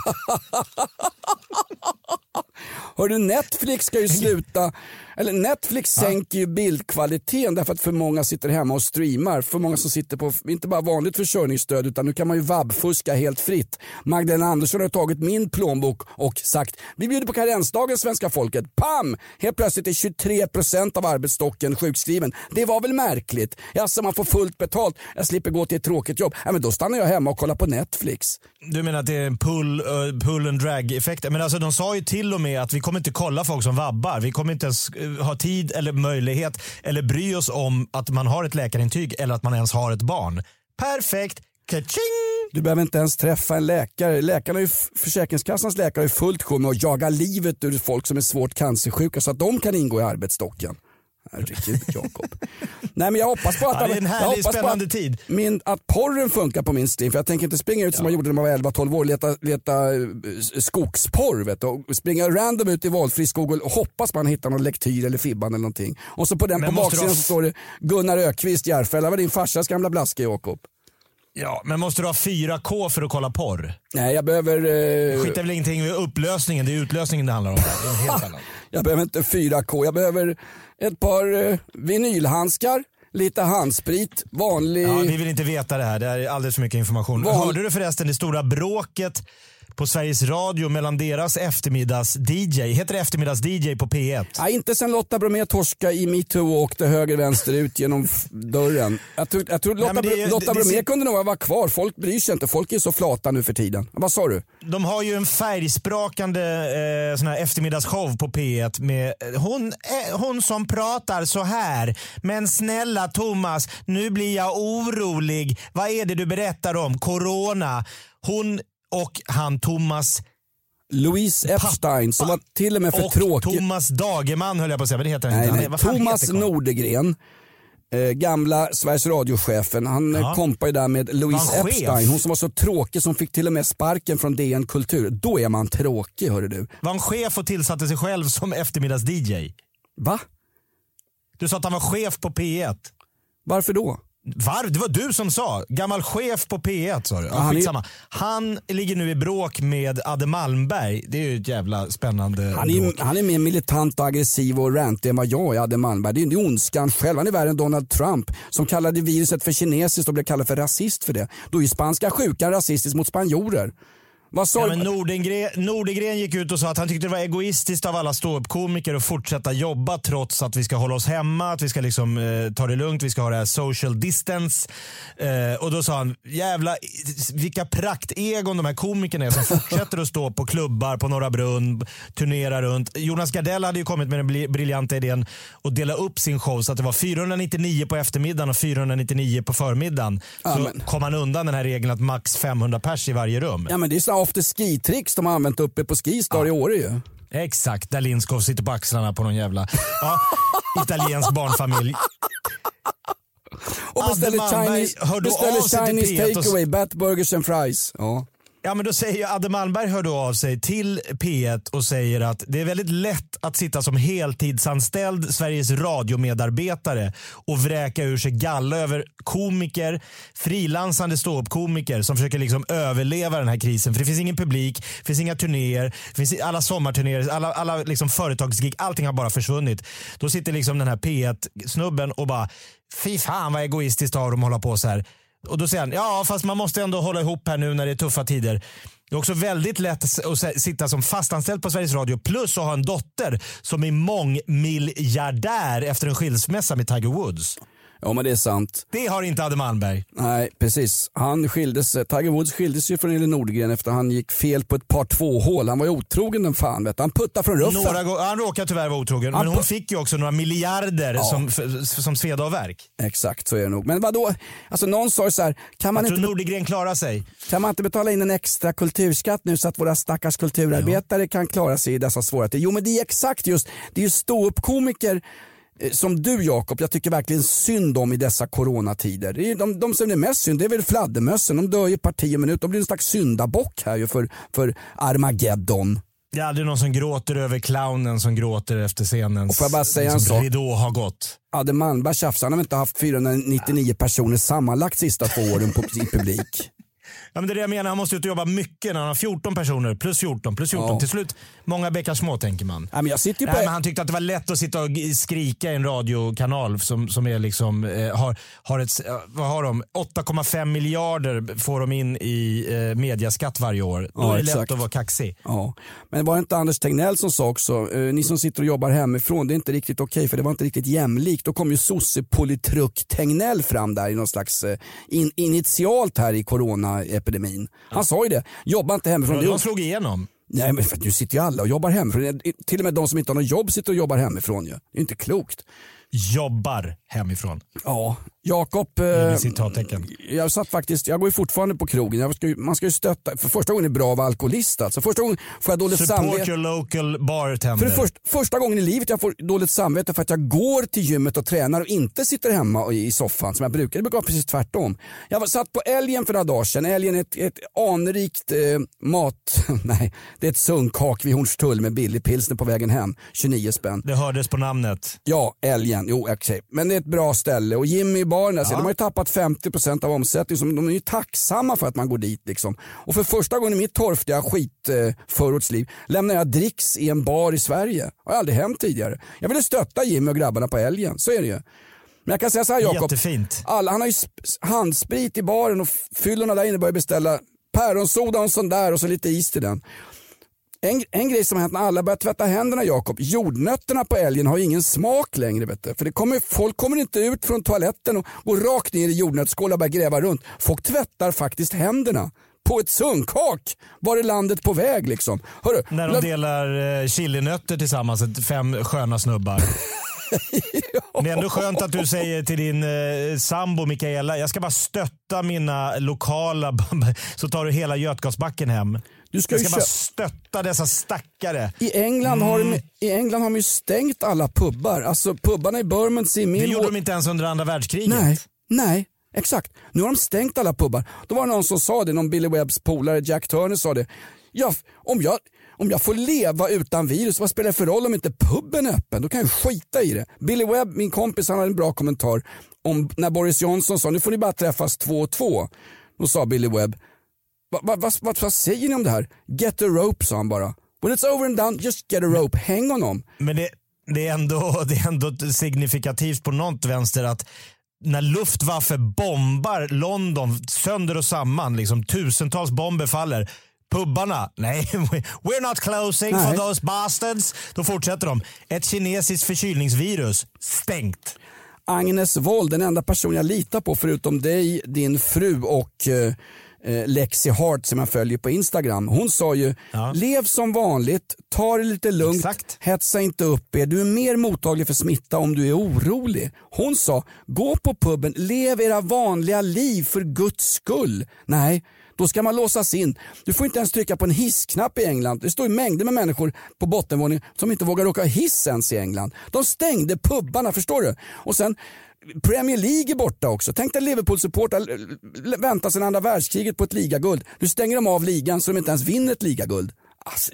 Hör du, Netflix ska ju sluta, eller Netflix ja. sänker ju bildkvaliteten därför att för många sitter hemma och streamar. För många som sitter på, inte bara vanligt försörjningsstöd, utan nu kan man ju vabbfuska helt fritt. Magdalena Andersson har tagit min plånbok och sagt, vi bjuder på karensdagen svenska folket. Pam! Helt plötsligt är tjugotre procent av arbetsstocken sjukskriven. Det var väl märkligt? Alltså man får fullt betalt, jag slipper gå till ett tråkigt jobb. Ja, men då stannar jag hemma och kollar på Netflix. Du menar att det är en pull, uh, pull and drag effekt? Men alltså de sa ju till och med att vi kommer inte kolla folk som vabbar. Vi kommer inte ens ha tid eller möjlighet eller bry oss om att man har ett läkarintyg eller att man ens har ett barn. Perfekt. Ka-ching! Du behöver inte ens träffa en läkare. Läkarna är ju, Försäkringskassans läkare är fullt sjå med att jaga livet ur folk som är svårt cancersjuka så att de kan ingå i arbetsstocken. Herregud, Jakob. Nej, men jag hoppas på att, ja, det är en härlig, spännande att, tid. Min, att porren funkar på min stream. För jag tänker inte springa ut som ja. jag gjorde när man var elva tolv år. Leta, leta skogsporr vet du, och springa random ut i valfri skog och hoppas man hittar någon lektyr eller fibban eller någonting. Och så på den men på baksidan ha... så står det Gunnar Ökvist, Järfälla. Var din farsas gamla blaske, Jakob. Ja, men måste du ha fyra K för att kolla porr? Nej, jag behöver... Eh... Skiter väl ingenting i upplösningen, det är utlösningen det handlar om. Det är en helt annan. Jag behöver inte fyra K, jag behöver ett par eh, vinylhandskar, lite handsprit, vanlig... Ja, vi vill inte veta det här, det är alldeles för mycket information. Van... Hörde du förresten det stora bråket på Sveriges Radio mellan deras eftermiddags-D J? Heter det eftermiddags-D J på P ett? Ja, inte sen Lotta Bromé torska i MeToo och åkte höger-vänster ut genom dörren. Jag tror, jag tror Lotta, Nej, det, Lotta Bromé det, kunde nog vara kvar. Folk bryr sig inte. Folk är så flata nu för tiden. Vad sa du? De har ju en färgsprakande eh, sån här eftermiddagsshow på P ett med hon, eh, hon som pratar så här. Men snälla Thomas, nu blir jag orolig. Vad är det du berättar om? Corona. Hon och han Thomas Louise Epstein som var till och med för och tråkig. Thomas Dagerman höll jag på att säga, men det heter han nej, inte. Nej. Han, Thomas Nordegren, eh, gamla Sveriges Radio-chefen, han ja. kompar ju där med Louise Epstein. Hon som var så tråkig som fick till och med sparken från D N Kultur. Då är man tråkig, hörde du. Var han chef och tillsatte sig själv som eftermiddags-D J? Va? Du sa att han var chef på P ett. Varför då? Var? Det var du som sa. Gammal chef på P ett sa du. Ja, han, är... han ligger nu i bråk med Adde Malmberg. Det är ju ett jävla spännande han är, han är mer militant och aggressiv och rantig än vad jag är, Adde Malmberg. Det är, det är ondskan själv. Han är värre än Donald Trump som kallade viruset för kinesiskt och blev kallad för rasist för det. Då är ju spanska sjukan rasistiskt mot spanjorer. Vad sa ja, men Nordengren, Nordengren gick ut och sa att han tyckte det var egoistiskt av alla ståuppkomiker att fortsätta jobba trots att vi ska hålla oss hemma, att vi ska liksom eh, ta det lugnt, vi ska ha det här social distance. Eh, och då sa han, jävla vilka praktegon de här komikerna är som fortsätter att stå på klubbar på Norra Brunn, turnera runt. Jonas Gardell hade ju kommit med den briljanta idén att dela upp sin show så att det var fyrahundranittionio på eftermiddagen och fyrahundranittionio på förmiddagen. Ja, så men... kom han undan den här regeln att max femhundra pers i varje rum. Ja, men det är så ofta skitricks de har använt uppe på Skistar ja. i Åre ju. Exakt, där Lindskov sitter på axlarna på någon jävla ja, italiensk barnfamilj. Och beställer Chinese, beställer Chinese takeaway, bat burgers and fries. Ja. Ja, men då säger Adde Malmberg hörde av sig till P ett och säger att det är väldigt lätt att sitta som heltidsanställd Sveriges radiomedarbetare och vräka ur sig galla över komiker, frilansande ståuppkomiker som försöker liksom överleva den här krisen. För det finns ingen publik, det finns inga turnéer, det finns alla sommarturnéer, alla, alla liksom företagsgig, allting har bara försvunnit. Då sitter liksom den här P ett-snubben och bara, fy fan vad egoistiskt av dem att hålla på så här. Och då säger han, ja fast man måste ändå hålla ihop här nu när det är tuffa tider. Det är också väldigt lätt att sitta som fastanställd på Sveriges Radio plus att ha en dotter som är mångmiljardär efter en skilsmässa med Tiger Woods. Ja, men det är sant. Det har inte Adde Malmberg. Nej, precis. Han skildes, Tiger Woods skildes ju från Elin Nordegren efter han gick fel på ett par två hål. Han var ju otrogen den fan, vet du. Han puttade från ruffen. Några gå- han råkade tyvärr vara otrogen, han men hon fick ju också några miljarder ja. som, som sveda och verk. Exakt, så är det nog. Men vadå? Alltså någon sa ju så här, kan man Jag inte... tror Nordegren klarar sig. Kan man inte betala in en extra kulturskatt nu så att våra stackars kulturarbetare ja. kan klara sig i dessa svårigheter? Jo, men det är exakt just, det är ju ståuppkomiker som du Jakob, jag tycker verkligen synd om i dessa coronatider. De, de, de som är mest synd, det är väl fladdermössen. De dör ju parti och minut. De blir en slags syndabock här ju för, för Armageddon. Det är aldrig någon som gråter över clownen som gråter efter scenen. Och får jag bara säga en sak? Ridå har gått. Adde Malmberg tjafsar, han har inte haft fyrahundranittionio personer sammanlagt sista två åren på, i publik. Ja, men det är det jag menar, han måste ut och jobba mycket när han har fjorton personer, plus fjorton, plus fjorton. Ja. Till slut, många bäckar små tänker man. Ja, men jag sitter ju på... Nej, men han tyckte att det var lätt att sitta och skrika i en radiokanal som, som är liksom, eh, har, har ett, eh, vad har de? åtta komma fem miljarder får de in i eh, mediaskatt varje år. Då ja, är det exakt. Lätt att vara kaxig. Ja. Men var det inte Anders Tegnell som sa också, eh, ni som sitter och jobbar hemifrån, det är inte riktigt okej okay, för det var inte riktigt jämlikt. Då kom ju sossepolitruck Tegnell fram där i någon slags eh, in, initialt här i coronaepidemin. Han sa ju det, jobba inte hemifrån. De slog igenom. Nej, men för nu sitter ju alla och jobbar hemifrån. Till och med de som inte har något jobb sitter och jobbar hemifrån ju. Det är inte klokt. jobbar hemifrån. Ja, Jakob, eh, jag satt faktiskt, jag går ju fortfarande på krogen. Jag ska, man ska ju stötta, för första gången är det bra att vara alkoholist alltså. Första gången får jag dåligt Support samvete. your local bartender. För först, första gången i livet jag får dåligt samvete för att jag går till gymmet och tränar och inte sitter hemma och i soffan som jag brukar. Det brukar vara precis tvärtom. Jag var satt på Älgen för några dagar sedan. Älgen är ett, ett anrikt eh, mat, nej, det är ett sunkak vid Hornstull med billig pilsner på vägen hem. tjugonio spänn. Det hördes på namnet. Ja, Älgen. Jo, okej. Okay. Men det är ett bra ställe. Och Jimmy i baren där, ja. De har ju tappat femtio procent av omsättningen. De är ju tacksamma för att man går dit liksom. Och för första gången i mitt torftiga skitförortsliv eh, lämnar jag dricks i en bar i Sverige. Det har aldrig hänt tidigare. Jag ville stötta Jimmy och grabbarna på Älgen. Så är det ju. Men jag kan säga så här, Jakob. Jättefint. Alla, han har ju handsprit i baren och fyllorna där inne börjar beställa päronsoda och en sån där och så lite is till den. En, en grej som har hänt när alla börjar tvätta händerna, Jakob, jordnötterna på Älgen har ju ingen smak längre, vet du. För det kommer, folk kommer inte ut från toaletten och går rakt ner i jordnötsskålar och börjar gräva runt. Folk tvättar faktiskt händerna på ett sunkak. Var är landet på väg liksom? Hörru, när de delar eh, chilinötter tillsammans, fem sköna snubbar. Ja. Det är ändå skönt att du säger till din eh, sambo Mikaela, jag ska bara stötta mina lokala, så tar du hela Götgasbacken hem. Du ska jag ska ju bara kö- stötta dessa stackare. I England, Mm. har de, I England har de ju stängt alla pubbar. Alltså pubbarna i Bermondsey. Det gjorde de inte ens under andra världskriget. Nej, nej. Exakt. Nu har de stängt alla pubbar. Då var det någon som sa det, någon Billy Webbs polare Jack Turner sa det. Ja, om jag, om jag får leva utan virus, vad spelar det för roll om inte pubben är öppen? Då kan jag skita i det. Billy Webb, min kompis, han hade en bra kommentar om när Boris Johnson sa, nu får ni bara träffas två och två. Då sa Billy Webb, vad va, va, va, vad säger ni om det här? Get a rope, sa han bara. When it's over and done, just get a rope. Häng honom. Men det, det, är ändå, det är ändå signifikativt på något vänster att när Luftwaffe bombar London sönder och samman, liksom tusentals bomber faller, pubbarna, nej, we're not closing nej. for those bastards. Då fortsätter de. Ett kinesiskt förkylningsvirus, stängt. Agnes Wold, den enda person jag litar på förutom dig, din fru och eh, Lexi Hart som jag följer på Instagram. Hon sa ju, ja. lev som vanligt, ta det lite lugnt, Exakt. hetsa inte upp er. Du är mer mottaglig för smitta om du är orolig. Hon sa, gå på puben, lev era vanliga liv för Guds skull. Nej, då ska man låsas in. Du får inte ens trycka på en hissknapp i England. Det står ju mängder med människor på bottenvåningen som inte vågar åka hiss ens i England. De stängde pubbarna, förstår du? Och sen Premier League är borta också. Tänk dig Liverpool-supportrar väntar sedan andra världskriget på ett ligaguld. Nu stänger de av ligan så de inte ens vinner ett ligaguld. Alltså.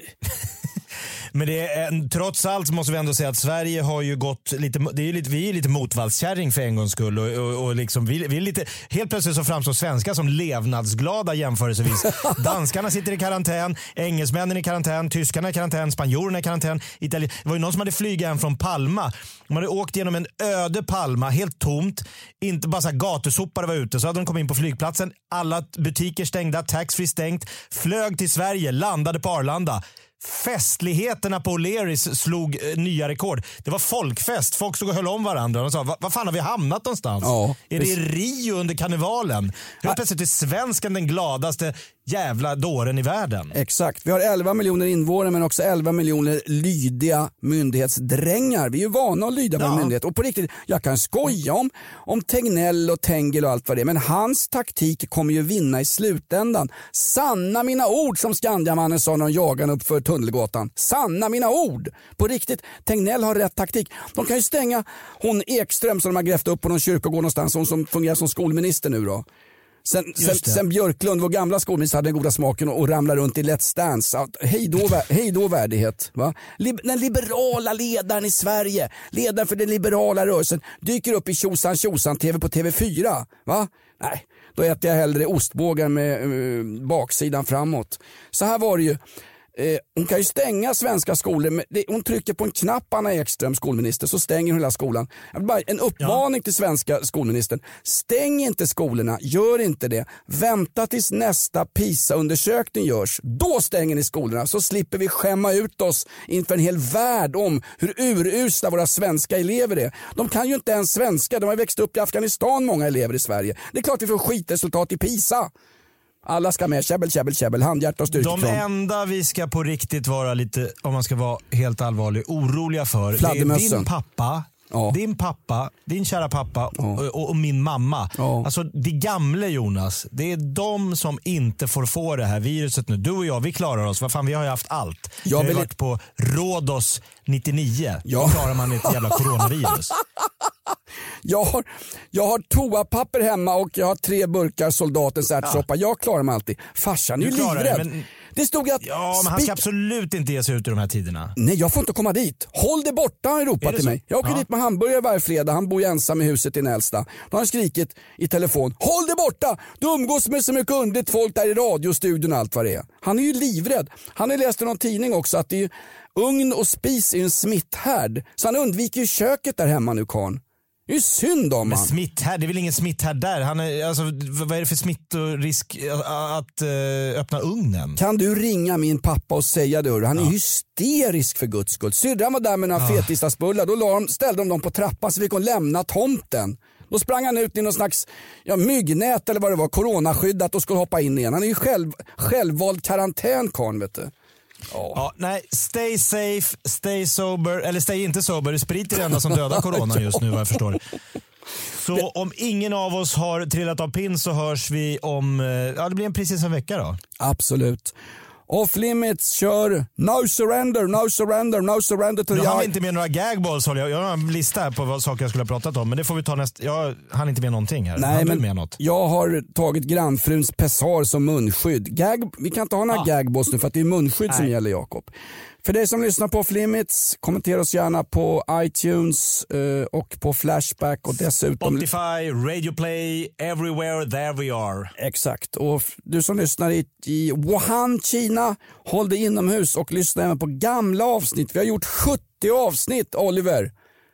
Men det är, trots allt måste vi ändå säga att Sverige har ju gått lite, det är ju lite vi är lite motvallskärring för en gångs skull och, och, och liksom vi, vi är lite, helt plötsligt så framstår svenskar som levnadsglada jämförelsevis. Danskarna sitter i karantän, engelsmännen i karantän, tyskarna i karantän, spanjorerna i karantän, Italien. Det var ju någon som hade flygit hem från Palma. De hade åkt genom en öde Palma, helt tomt, inte bara så här gatusopare var ute, så hade de kommit in på flygplatsen, alla butiker stängda, taxfree stängt, flög till Sverige, landade på Arlanda. Festligheterna på O'Learys slog eh, nya rekord. Det var folkfest. Folk stod och höll om varandra. De sa, vad va fan har vi hamnat någonstans? Ja, är det i Rio under karnevalen? Helt plötsligt är svensken den gladaste jävla dåren i världen. Exakt. Vi har elva miljoner invånare men också elva miljoner lydiga myndighetsdrängar. Vi är ju vana att lyda våra ja. myndigheter. Och på riktigt, jag kan skoja om, om Tegnell och Tengel och allt vad det är. Men hans taktik kommer ju vinna i slutändan. Sanna mina ord, som Skandiamannen sa när de jagade upp för Tunnelgatan. Sanna mina ord. På riktigt, Tegnell har rätt taktik. De kan ju stänga hon Ekström som de har grävt upp på någon kyrkogård någonstans, hon som fungerar som skolminister nu då. Sen, sen, sen Björklund, vår gamla skolminister, hade den goda smaken och, och ramlar runt i Let's Dance. Hej då, hej då värdighet. Va? Lib- den liberala ledaren i Sverige, ledaren för den liberala rörelsen, dyker upp i Tjosan Tjosan T V på T V fyra. Va? Nej, då äter jag hellre ostbågar med uh, baksidan framåt. Så här var det ju. Eh, hon kan ju stänga svenska skolor. Med, det, hon trycker på en knapp, Anna Ekström, skolminister, så stänger hon hela skolan. Jag vill bara, en uppmaning ja. till svenska skolministern. Stäng inte skolorna, gör inte det. Vänta tills nästa PISA-undersökning görs. Då stänger ni skolorna, så slipper vi skämma ut oss inför en hel värld om hur urusla våra svenska elever är. De kan ju inte ens svenska, de har växt upp i Afghanistan, många elever i Sverige. Det är klart vi får skitresultat i PISA. Alla ska med, käbbel, käbbel, käbbel, handhjärta och styrkefrån. De enda vi ska på riktigt vara lite, om man ska vara helt allvarlig, oroliga för, det är din pappa, Ja. Din pappa, din kära pappa Ja. och, och min mamma. Ja. Alltså det gamla Jonas, det är de som inte får få det här viruset nu. Du och jag, vi klarar oss. Vad fan, vi har ju haft allt. Jag vi har ju vill- varit på Rhodos nittionio. Ja. Då klarar man ett jävla coronavirus. Jag har, jag har toapapper hemma och jag har tre burkar soldatens ärtsoppa. Jag klarar mig alltid. Farsan är ju Du klarar livrädd. det, men- Det stod att... Ja, men han ska spik- absolut inte ge sig ut i de här tiderna. Nej, jag får inte komma dit. Håll det borta, har han Är ropat det till så? mig. Jag åker Ja. dit med hamburgare varje fredag. Han bor ju ensam i huset i Nälsta. Då har han skrikit i telefon. Håll det borta! Du umgås med så mycket underligt folk där i radiostudion och allt vad det är. Han är ju livrädd. Han har läst i någon tidning också att det är, ugn och spis är en smitthärd. Så han undviker ju köket där hemma nu, karln. Det är ju synd om Men han. smitthärd, det är väl ingen smitthärd där? Han är, alltså, vad är det för smittorisk att, att uh, öppna ugnen? Kan du ringa min pappa och säga det? Han är Ja. hysterisk för guds skull. Syrran var där med några Ja. fetisdagsbullar. Då la de, ställde de dem på trappan så fick hon lämna tomten. Då sprang han ut i någon slags ja, myggnät eller vad det var, coronaskyddat och skulle hoppa in igen. Han är ju själv, självvald karantän, karln, vet du. Ja. Ja, nej, stay safe, stay sober, eller stay inte sober. Sprit är det enda som dödar corona just nu, vad jag förstår. Så om ingen av oss har trillat av pinn så hörs vi om, ja det blir en precis en vecka då. Absolut. Off limits kör no surrender, no surrender, no surrender to Nu the har vi eye. inte med några gagballs, håller jag. Jag har en lista här på vad saker jag skulle ha pratat om, men det får vi ta nästa. Jag hann inte med någonting här. Nej, Har du men med något? jag har tagit grannfruns pessar som munskydd. Gag, vi kan inte ha några Ah. gagballs nu för att det är munskydd som Nej. gäller, Jakob. För dig som lyssnar på Off Limits, kommentera oss gärna på iTunes eh, och på Flashback och dessutom... Spotify, Radio Play, everywhere there we are. Exakt. Och f- du som lyssnar i, i Wuhan, Kina, håll dig inomhus och lyssna även på gamla avsnitt. Vi har gjort sjuttio avsnitt, Oliver.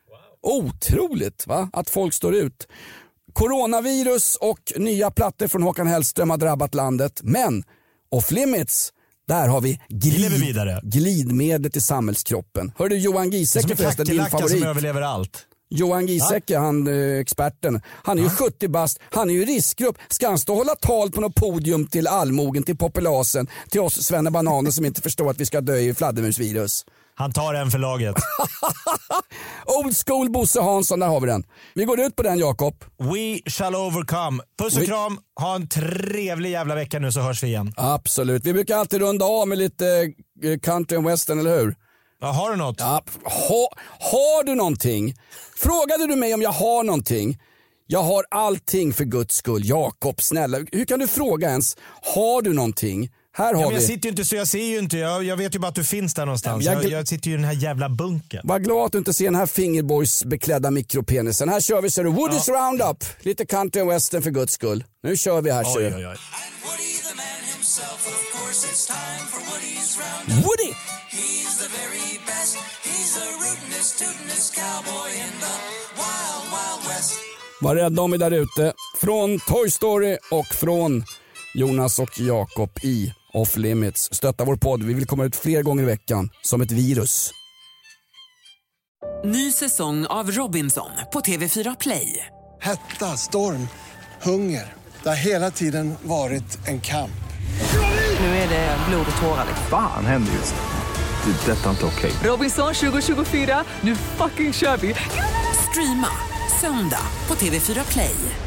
Otroligt va? Att folk står ut. Coronavirus och nya plattor från Håkan Hellström har drabbat landet. Men Off Limits, där har vi lever glid, vidare. glidmedlet i samhällskroppen. Hör du Johan Det är som Giesecke en förresten, din kackerlacka favorit. som överlever allt. Johan Giesecke, han eh, experten, han är ju sjuttio bast, han är ju riskgrupp. Ska han stå och hålla tal på något podium till allmogen, till populasen, till oss svennebananer som inte förstår att vi ska dö i fladdermusvirus? Han tar en för laget. Old school Bosse Hansson, där har vi den. Vi går ut på den, Jakob. We shall overcome. Puss och We- kram, ha en trevlig jävla vecka nu så hörs vi igen. Absolut, vi brukar alltid runda av med lite eh, country and western, eller hur? Ja, har du något? Ja, ha, har du någonting? Frågade du mig om jag har någonting? Jag har allting för guds skull. Jakob, snälla. Hur kan du fråga ens? Har du någonting? Här har Ja, men jag vi. sitter ju inte så jag ser ju inte. Jag, jag vet ju bara att du finns där någonstans. Ja, Jag, jag- jag sitter ju i den här jävla bunken. Var glad att du inte ser den här fingerboys beklädda mikropenisen. Här kör vi, så är det Woody's Roundup. Lite country and western för guds skull. Nu kör vi här, så Oj, är det. oj, oj. Woody the man himself, of course it's time for Woody's Roundup. Woody! He's the very best. He's the rootin'est, tootin'est cowboy in the wild, wild west. Var rädda om er där ute. Från Toy Story och från Jonas och Jakob i Off Limits. Stötta vår podd. Vi vill komma ut fler gånger i veckan som ett virus. Ny säsong av Robinson på T V fyra Play. Hetta, storm, hunger. Det har hela tiden varit en kamp. Nu är det blod och tårar. Fan händer just det. Det är detta inte okej. Robinson tjugo tjugofyra, nu fucking kör vi! Streama söndag på T V fyra Play.